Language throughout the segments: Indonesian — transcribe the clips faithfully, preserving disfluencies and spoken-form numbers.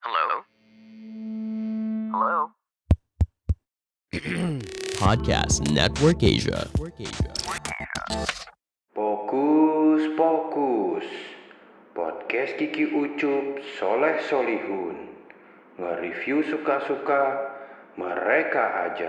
Hello? Hello? Podcast Network Asia. Fokus, fokus. Podcast Kiki Ucup Soleh Solihun. Nge-review suka-suka mereka aja.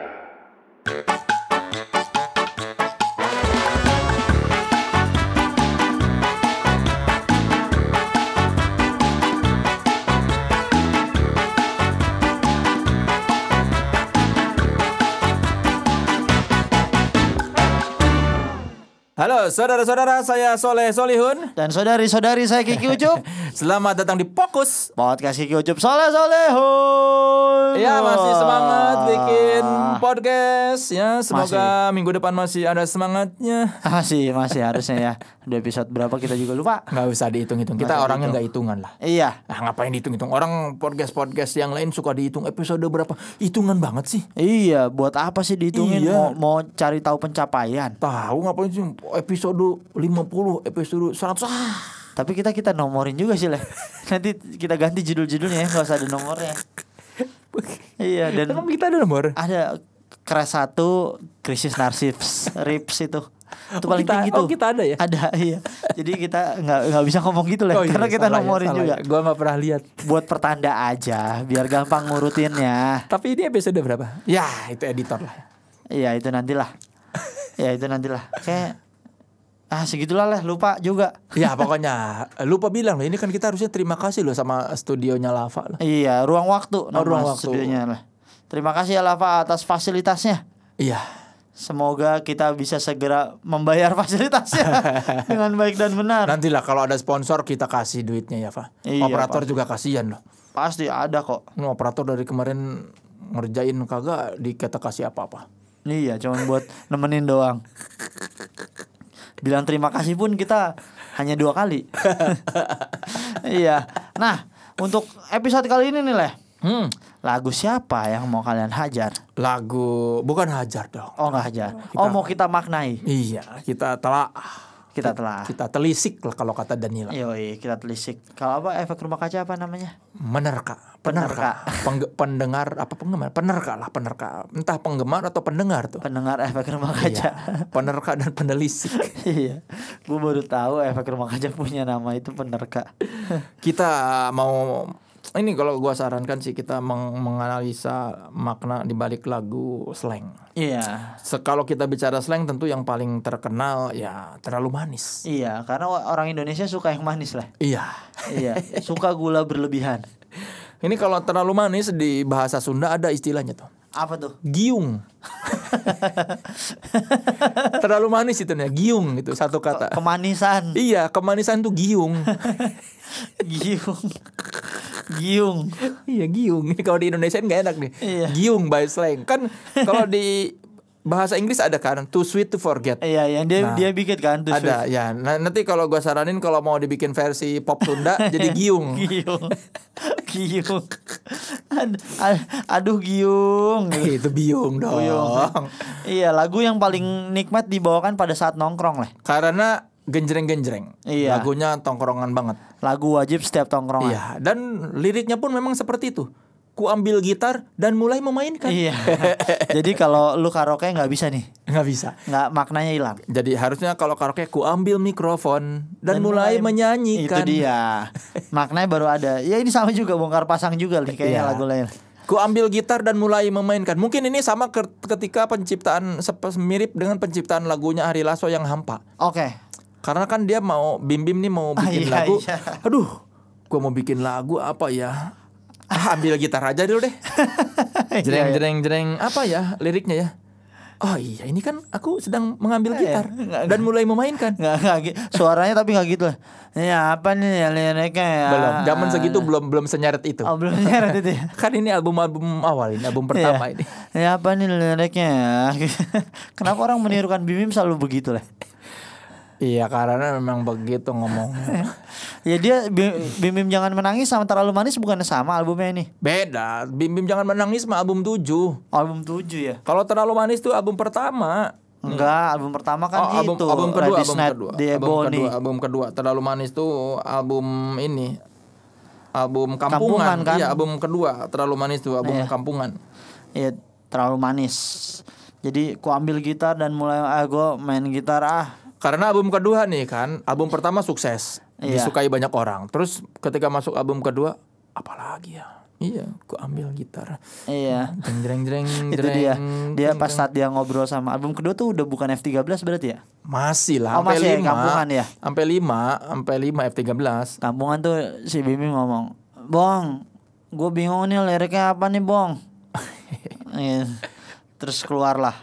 Halo saudara-saudara, saya Soleh Solihun. Dan saudari-saudari saya Kiki Ucup. Selamat datang di Fokus. Podcast Kiki Ucup Soleh Solehun. Ya, masih semangat bikin podcast ya. Semoga masih. Minggu depan masih ada semangatnya. Masih, masih harusnya ya. Di episode berapa kita juga lupa. Nggak usah dihitung-hitung. Kita Nggak orangnya dihitung. nggak hitungan lah. Iya. Nah, ngapain dihitung-hitung? Orang podcast-podcast yang lain suka dihitung episode berapa. Hitungan banget sih. Iya, buat apa sih dihitungin? Iya. Mau, mau cari tahu pencapaian. Tahu ngapain sih episode lima puluh, episode seratus. Ah. Tapi kita kita nomorin juga sih lah. Nanti kita ganti judul-judulnya ya, nggak usah ada nomornya. Iya, dan Emang kita ada nomor? ada keras satu, krisis narsis, rips itu. Itu Oh, paling kita- tinggi tuh. oh, kita ada ya? Ada, iya. Jadi kita nggak nggak bisa ngomong gitu lah, Oh, iya, karena kita salah ya, nomorin salah juga. ya. Gua nggak pernah lihat. Buat pertanda aja, biar gampang ngurutinnya. Tapi ini episode berapa? Ya, itu editor lah. Iya, itu nantilah. Ya itu nantilah. Kayak ah segitulah lah, lupa juga. Ya pokoknya lupa bilang loh, ini kan kita harusnya terima kasih loh sama studionya Lava lah. Iya, ruang waktu nama ruang waktu. studionya lah. Terima kasih ya Lava atas fasilitasnya. Iya. Semoga kita bisa segera membayar fasilitasnya dengan baik dan benar. Nantilah kalau ada sponsor kita kasih duitnya ya, Pak. Iya, Operator Pak. juga kasihan loh. Pasti ada kok. Ini operator dari kemarin ngerjain kagak di kita kasih apa-apa. Iya, cuman buat nemenin doang. Bilang terima kasih pun kita hanya dua kali. Iya. Nah, untuk episode kali ini nih Leh, Hmm. lagu siapa yang mau kalian hajar? Lagu bukan hajar dong. Oh nggak hajar. Kita- Oh mau kita maknai. Iya, kita telah Kita telah. kita telisik lah kalau kata Danila. Yoi, kita telisik. Kalau apa efek rumah kaca apa namanya? Menerka, Penerka. penerka, Pengge- pendengar apa penggemar, penerka lah, penerka. Entah penggemar atau pendengar tuh. Pendengar efek rumah kaca. Iya, penerka dan penelisik. Iya. Gue baru tahu efek rumah kaca punya nama itu penerka. Kita mau ini kalau gua sarankan sih kita meng- menganalisa makna di balik lagu slang. Iya. Se- Kalau kita bicara slang tentu yang paling terkenal ya terlalu manis. Iya, karena orang Indonesia suka yang manis lah. Iya. Iya, suka gula berlebihan. Ini kalau terlalu manis di bahasa Sunda ada istilahnya tuh. Apa tuh? Giung. Terlalu manis itu nih, giung itu satu kata. Kemanisan. Iya, kemanisan tuh giung. Giung. Giung. Iya, giung. Ini kalau di Indonesia nggak enak nih. Iya. Giung by slang. Kan kalau di bahasa Inggris ada kan too sweet to forget. Iya, yang dia Nah, dia bikin kan tuh. Ada ya. Nah, nanti kalau gua saranin kalau mau dibikin versi pop Sunda jadi giung. Giung. Giung. Ad- ad- Aduh giung. Itu biung dong. Giung. Iya, lagu yang paling nikmat dibawakan pada saat nongkrong lah. Karena genjreng-genjreng. Iya. Lagunya tongkrongan banget. Lagu wajib setiap tongkrongan. Iya, dan liriknya pun memang seperti itu. Ku ambil gitar dan mulai memainkan. Iya. Jadi kalau lu karaoke nggak bisa nih, Nggak bisa. nggak maknanya hilang. Jadi harusnya kalau karaoke ku ambil mikrofon dan, mulai, menyanyikan. Itu dia. Maknanya baru ada. Ya ini sama juga bongkar pasang juga nih kayaknya Iya. lagu lain. Ku ambil gitar dan mulai memainkan. Mungkin ini sama ke- ketika penciptaan sep- mirip dengan penciptaan lagunya Ari Lasso yang Hampa. Oke. Karena kan dia mau Bim Bim nih mau Ah, bikin iya, lagu. iya. Aduh, gua mau bikin lagu apa ya? Ah, ambil gitar aja dulu deh. Jreng jreng jreng apa ya liriknya ya? Oh iya, ini kan aku sedang mengambil gitar Nggak- dan mulai memainkan. Nggak nggak gi- suaranya tapi nggak gitu lah. Ini apa nih ya liriknya ya? Belum, zaman segitu belum belum senyeret itu. Oh belum nyeret itu ya. Kan ini album-album awal ini, album pertama Iya. ini. Ya apa nih liriknya ya? Kenapa orang menirukan Bimim selalu begitu lah? Iya, karena memang begitu ngomongnya. Ya dia Bim Bim Bim Jangan Menangis sama Terlalu Manis bukan sama albumnya ini. Beda, Bim Bim Jangan Menangis mah album tujuh. Album tujuh ya. Kalau Terlalu Manis tuh album pertama. Enggak, album pertama kan Oh, album, itu album kedua, Ladies album Night kedua, di album Ebony. kedua, album kedua. Terlalu Manis tuh album ini album Kampungan, Kampungan, kan? Iya, album kedua Terlalu Manis tuh, album Iya. Kampungan. Iya, Terlalu Manis. Jadi ku ambil gitar dan mulai ah gue main gitar ah. Karena album kedua nih kan, album pertama sukses, Iya. disukai banyak orang. Terus ketika masuk album kedua, apalagi ya? Iya, ku ambil gitar. Iya. Jeng jreng jreng Itu jreng, dia. Dia jeng, pas jeng. saat dia ngobrol sama album kedua tuh udah bukan F tiga belas berarti ya? Masih lah, Oh, sampai masih ya, lima, Kampungan ya? sampai lima, sampai lima F tiga belas. Kampungan tuh si Bimi ngomong, "Bong, gue bingung nih liriknya apa nih, Bong?" Iya. Terus keluarlah.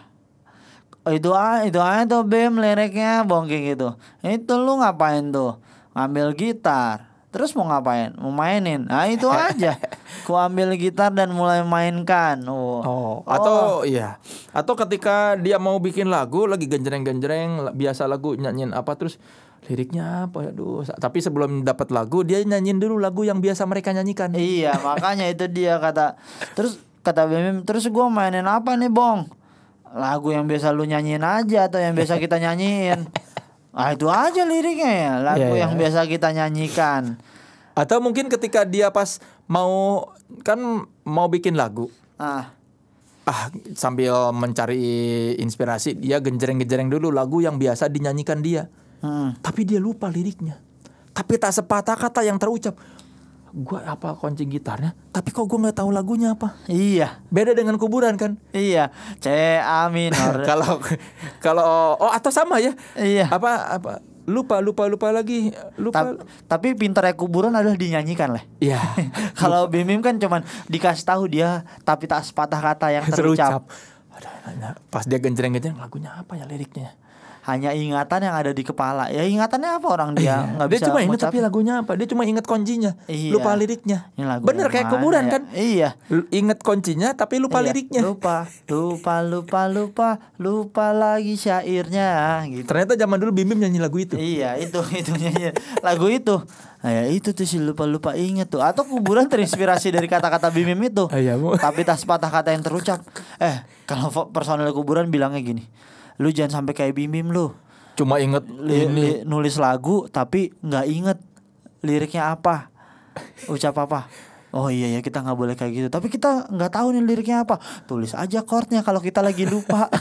Oh, itu ah itu aja tuh Bim liriknya, Bong, kayak gitu. Itu lu ngapain tuh? Ngambil gitar. Terus mau ngapain? Mau mainin. Nah, itu aja. Ku ambil gitar dan mulai mainkan. Oh. Oh, atau iya. Atau ketika dia mau bikin lagu lagi genjreng-genjreng, biasa lagu nyanyiin apa terus liriknya apa? Aduh, tapi sebelum dapat lagu dia nyanyiin dulu lagu yang biasa mereka nyanyikan. Iya, makanya itu dia kata. Terus kata Bim, terus gua mainin apa nih, Bong? Lagu yang biasa lu nyanyiin aja atau yang biasa kita nyanyiin. Ah, itu aja liriknya ya, lagu Iya, yang iya. biasa kita nyanyikan. Atau mungkin ketika dia pas mau kan mau bikin lagu, Ah, ah sambil mencari inspirasi dia genjreng-genjreng dulu lagu yang biasa dinyanyikan dia. hmm. Tapi dia lupa liriknya. Tapi tak sepatah kata yang terucap. Gua apa kunci gitarnya, tapi kok gua nggak tahu lagunya apa. Iya, Beda dengan Kuburan kan. iya. C A minor. Kalau kalau oh atau sama ya. Iya. Apa apa lupa lupa lupa lagi lupa. Ta- tapi pintarnya Kuburan adalah dinyanyikan lah. Iya. Kalau Bimim kan cuman dikasih tahu dia tapi tak sepatah kata yang terucap. Aduh, nanya, pas dia genjreng-genjreng lagunya apa ya liriknya? Hanya ingatan yang ada di kepala. Ya ingatannya apa orang dia nggak Dia bisa cuma ingat ngucapin. tapi lagunya apa? Dia cuma ingat kuncinya, Iya. lupa liriknya. Ini lagu Bener yang kayak mana Kuburan ya? kan? Iya. L- Ingat kuncinya tapi lupa Iya, liriknya. Lupa, lupa, lupa, lupa, lupa lagi syairnya gitu. Ternyata zaman dulu Bim Bim nyanyi lagu itu. Iya, itu itu nyanyi lagu itu. Nah, ya itu tuh si lupa-lupa inget tuh. Atau Kuburan terinspirasi dari kata-kata Bimim itu. Ah, iya, Bu. Tapi tak sepatah kata yang terucap. Eh, kalau fo- personel Kuburan bilangnya gini. Lu jangan sampai kayak Bimim lu. Cuma inget Li- ini. li- nulis lagu tapi nggak inget liriknya apa, ucap apa. Oh iya ya, kita nggak boleh kayak gitu. Tapi kita nggak tahu nih liriknya apa. Tulis aja chordnya kalau kita lagi lupa.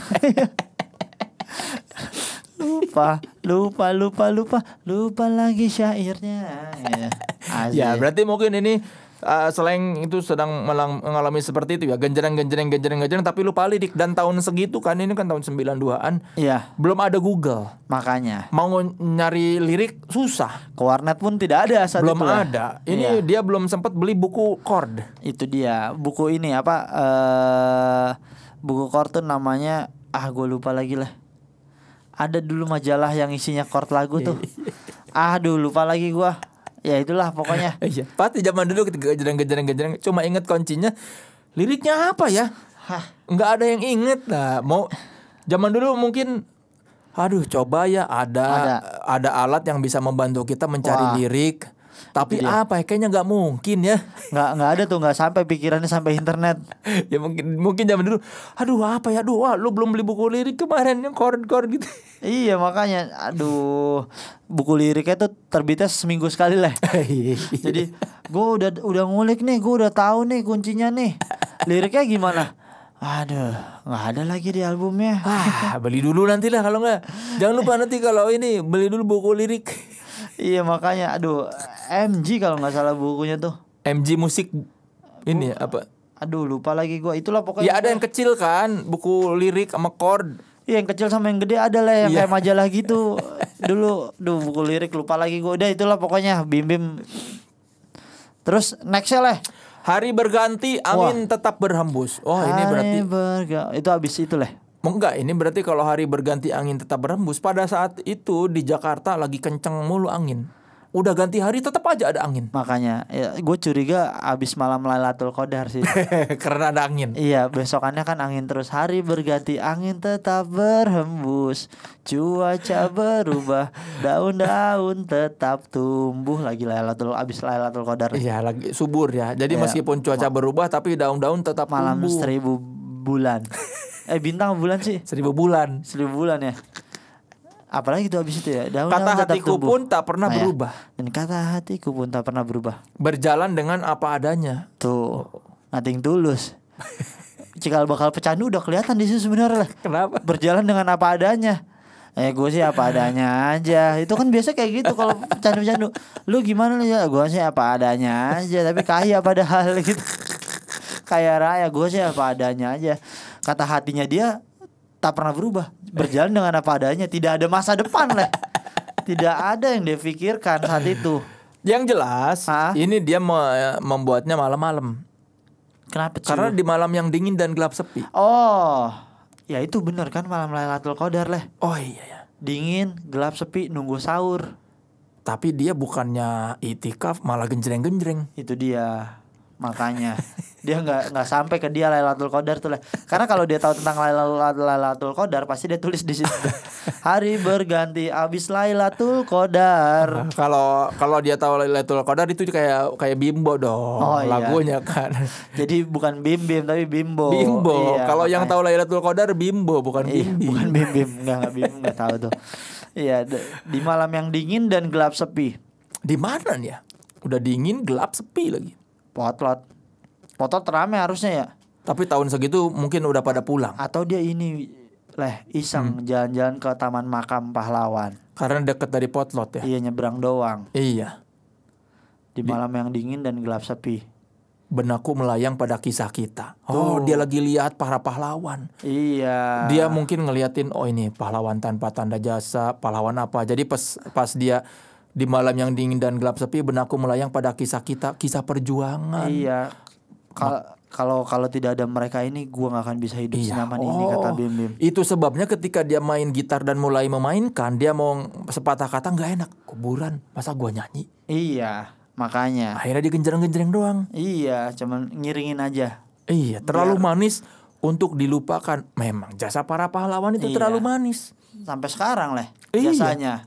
lupa, lupa, lupa, lupa, lupa lagi syairnya. Ya, Ya asik. berarti mungkin ini uh, selain itu sedang melang- mengalami seperti itu ya, genjreng genjreng genjreng genjreng tapi lupa lirik. Dan tahun segitu kan ini kan tahun sembilan puluhan-an, Iya, belum ada Google. makanya Mau nyari lirik susah, ke warnet pun tidak ada saat belum itu lah. ada. Ini Iya. dia belum sempat beli buku chord. Itu dia buku ini apa eh buku chord tuh namanya ah gue lupa lagi lah. Ada dulu majalah yang isinya chord lagu tuh. Aduh lupa lagi gua. Ya itulah pokoknya. Iya, pasti zaman dulu ketika genjreng genjreng genjreng cuma inget kuncinya. Liriknya apa ya? Hah. Nggak ada yang inget lah. Mau zaman dulu mungkin aduh coba ya ada Ada. ada, alat yang bisa membantu kita mencari Wah. lirik. Tapi Itu dia. apa ya? Kayaknya nggak mungkin ya. Nggak nggak ada tuh, nggak sampai pikirannya sampai internet. Ya mungkin mungkin zaman dulu. Aduh apa ya? Aduh wah lu belum beli buku lirik kemarin yang chord-chord gitu. Iya makanya aduh buku liriknya tuh terbitnya seminggu sekali lah. Jadi gue udah udah ngulik nih, gue udah tahu nih kuncinya nih. Liriknya gimana? Aduh, nggak ada lagi di albumnya. Ah, beli dulu nanti lah kalau nggak. Jangan lupa nanti kalau ini beli dulu buku lirik. Iya makanya, aduh, M G kalau nggak salah bukunya tuh. M G musik ini ya, apa? Aduh lupa lagi gue. Itulah pokoknya. Ya ada yang kecil kan, buku lirik sama chord. Iya yang kecil sama yang gede ada lah yang Iya. kayak majalah gitu. Dulu, duh buku lirik lupa lagi gue. Udah itulah pokoknya Bim Bim. Terus nextnya lah. Hari berganti, angin tetap berhembus. Oh ini berarti Hari berga- itu habis itu lah. enggak, ini berarti kalau hari berganti angin tetap berhembus. Pada saat itu di Jakarta lagi kenceng mulu angin. Udah ganti hari tetap aja ada angin. Makanya ya, gue curiga abis malam Lailatul Qadar sih. Karena ada angin. Iya besokannya kan angin terus. Hari berganti angin tetap berhembus, cuaca berubah, daun-daun tetap tumbuh. Lagi Lailatul abis Lailatul Qadar. Iya lagi subur ya. Jadi Iya. meskipun cuaca berubah tapi daun-daun tetap Malam tumbuh. seribu bulan. Eh bintang bulan sih? Seribu bulan. Seribu bulan ya. Apalagi itu habis itu ya. Daun Kata tetap hatiku tumbuh. pun tak pernah Nah, ya. berubah. Dan kata hatiku pun tak pernah berubah. Berjalan dengan apa adanya. Tuh, nothing tulus. Cikal bakal pecandu udah kelihatan di situ sebenarnya lah. Kenapa? Berjalan dengan apa adanya. Eh gue sih apa adanya aja. Itu kan biasa kayak gitu kalau pecandu-pecandu. Lu gimana lu ya? Gue sih apa adanya aja. Tapi kaya padahal gitu. Kaya raya. Gue sih apa adanya aja. Kata hatinya dia tak pernah berubah. Berjalan dengan apa adanya. Tidak ada masa depan lah. Tidak ada yang dia pikirkan saat itu. Yang jelas, Hah? ini dia me- membuatnya malam-malam. Kenapa cuy? Karena di malam yang dingin dan gelap sepi. Oh, ya itu bener kan malam Lailatul Qadar lah. Oh iya ya. Dingin, gelap, sepi, nunggu sahur. Tapi dia bukannya itikaf malah genjreng-genjreng. Itu dia. Makanya dia nggak nggak sampai ke dia Lailatul Qadar tuh lah. Karena kalau dia tahu tentang Lailatul Lailatul Qadar pasti dia tulis di situ. Hari berganti abis Lailatul Qadar. Kalau kalau dia tahu Lailatul Qadar itu kayak kayak Bimbo dong Oh, iya. lagunya kan. Jadi bukan Bim Bim tapi Bimbo. Bimbo. Iya, Kalau yang makanya. tahu Lailatul Qadar Bimbo bukan Iya, Bim Bim. bukan Bim Bim, nggak nggak Bim nggak tahu tuh. Iya, d- di malam yang dingin dan gelap sepi. Di mana nih ya? Udah dingin, gelap, sepi lagi. Potlot, potlot rame harusnya ya. Tapi tahun segitu mungkin udah pada pulang. Atau dia ini leh iseng jalan-jalan ke Taman Makam Pahlawan. Karena deket dari Potlot ya. Iya nyebrang doang. Iya. Di malam yang dingin dan gelap sepi. Benakku melayang pada kisah kita. Oh, Tuh. dia lagi lihat para pahlawan. Iya. Dia mungkin ngeliatin, oh ini pahlawan tanpa tanda jasa, pahlawan apa. Jadi pas pas dia di malam yang dingin dan gelap sepi, benakku melayang pada kisah kita, kisah perjuangan. Iya. Kal- Kalau kalau tidak ada mereka ini, gua nggak akan bisa hidup Iya. senyaman ini kata Bim Bim. Itu sebabnya ketika dia main gitar dan mulai memainkan, dia mau sepatah kata nggak enak. Kuburan, masa gua nyanyi? Iya. Makanya. Akhirnya dia genjreng-genjreng doang. Iya. Cuman ngiringin aja. Iya, terlalu manis untuk dilupakan. Memang jasa para pahlawan itu Iya. terlalu manis. Sampai sekarang leh. Iya. Biasanya.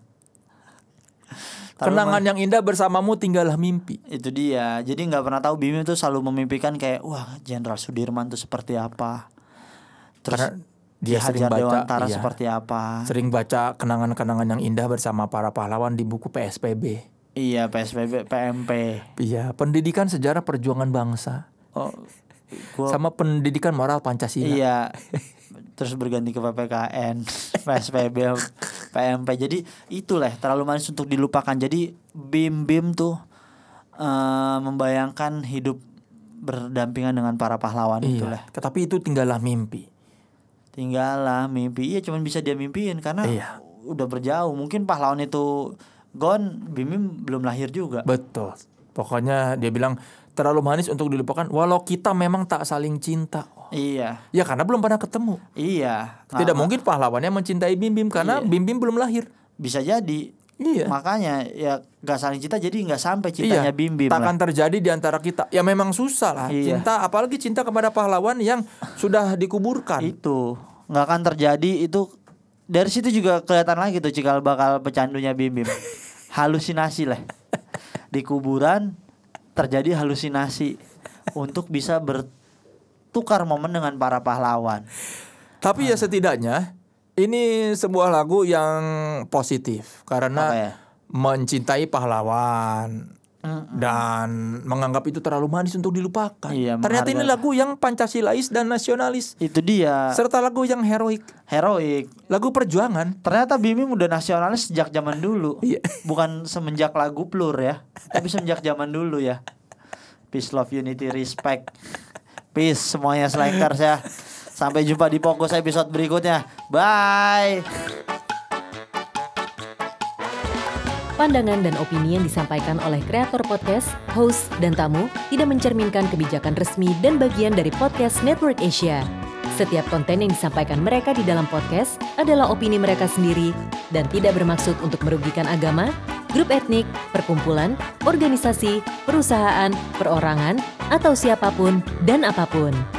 Terlalu Kenangan yang indah bersamamu tinggallah mimpi. Itu dia. Jadi nggak pernah tahu Bim itu selalu memimpikan kayak wah Jenderal Sudirman tuh seperti apa. Terus Karena dia Ki sering Hajar baca, Dewantara iya, seperti apa. sering baca kenangan-kenangan yang indah bersama para pahlawan di buku P S P B. Iya P S B B, P M P. Iya, pendidikan sejarah perjuangan bangsa. Oh, gua, Sama pendidikan moral Pancasila. iya. Terus berganti ke P P K N, P S P B, P M P. Jadi itulah terlalu manis untuk dilupakan. Jadi Bim Bim tuh uh, membayangkan hidup berdampingan dengan para pahlawan itulah. Iya, tapi itu tinggallah mimpi. Tinggallah mimpi. Iya cuman bisa dia mimpiin karena Iya. udah berjauh. Mungkin pahlawan itu gone, Bim Bim belum lahir juga. Betul. Pokoknya dia bilang terlalu manis untuk dilupakan walau kita memang tak saling cinta. Iya. Ya karena belum pernah ketemu. Iya. Tidak Nah, mungkin pahlawannya mencintai Bim Bim karena Iya. Bim Bim belum lahir. bisa jadi. Iya. Makanya ya gak saling cinta jadi gak sampai cintanya Iya, Bim Bim takkan lah. terjadi di antara kita. Ya memang susah lah. Iya. Cinta, apalagi cinta kepada pahlawan yang sudah dikuburkan. Itu nggak akan terjadi. Itu dari situ juga kelihatan lagi tuh cikal bakal pecandunya Bim Bim. Halusinasi lah. Di kuburan terjadi halusinasi untuk bisa bertukar momen dengan para pahlawan. Tapi ya setidaknya ini sebuah lagu yang positif karena Apa ya? mencintai pahlawan dan menganggap itu terlalu manis untuk dilupakan. Iya, Ternyata ini menghargai. lagu yang Pancasilais dan nasionalis Itu dia. serta lagu yang heroik, Heroik. lagu perjuangan. Ternyata Bim Bim udah nasionalis sejak zaman dulu. Iya. Bukan semenjak lagu Plur ya, tapi semenjak zaman dulu ya. Peace, love, unity, respect. Peace semuanya slankers ya. Sampai jumpa di Fokus episode berikutnya. Bye. Pandangan dan opini yang disampaikan oleh kreator podcast, host, dan tamu tidak mencerminkan kebijakan resmi dan bagian dari Podcast Network Asia. Setiap konten yang disampaikan mereka di dalam podcast adalah opini mereka sendiri dan tidak bermaksud untuk merugikan agama, grup etnik, perkumpulan, organisasi, perusahaan, perorangan, atau siapapun dan apapun.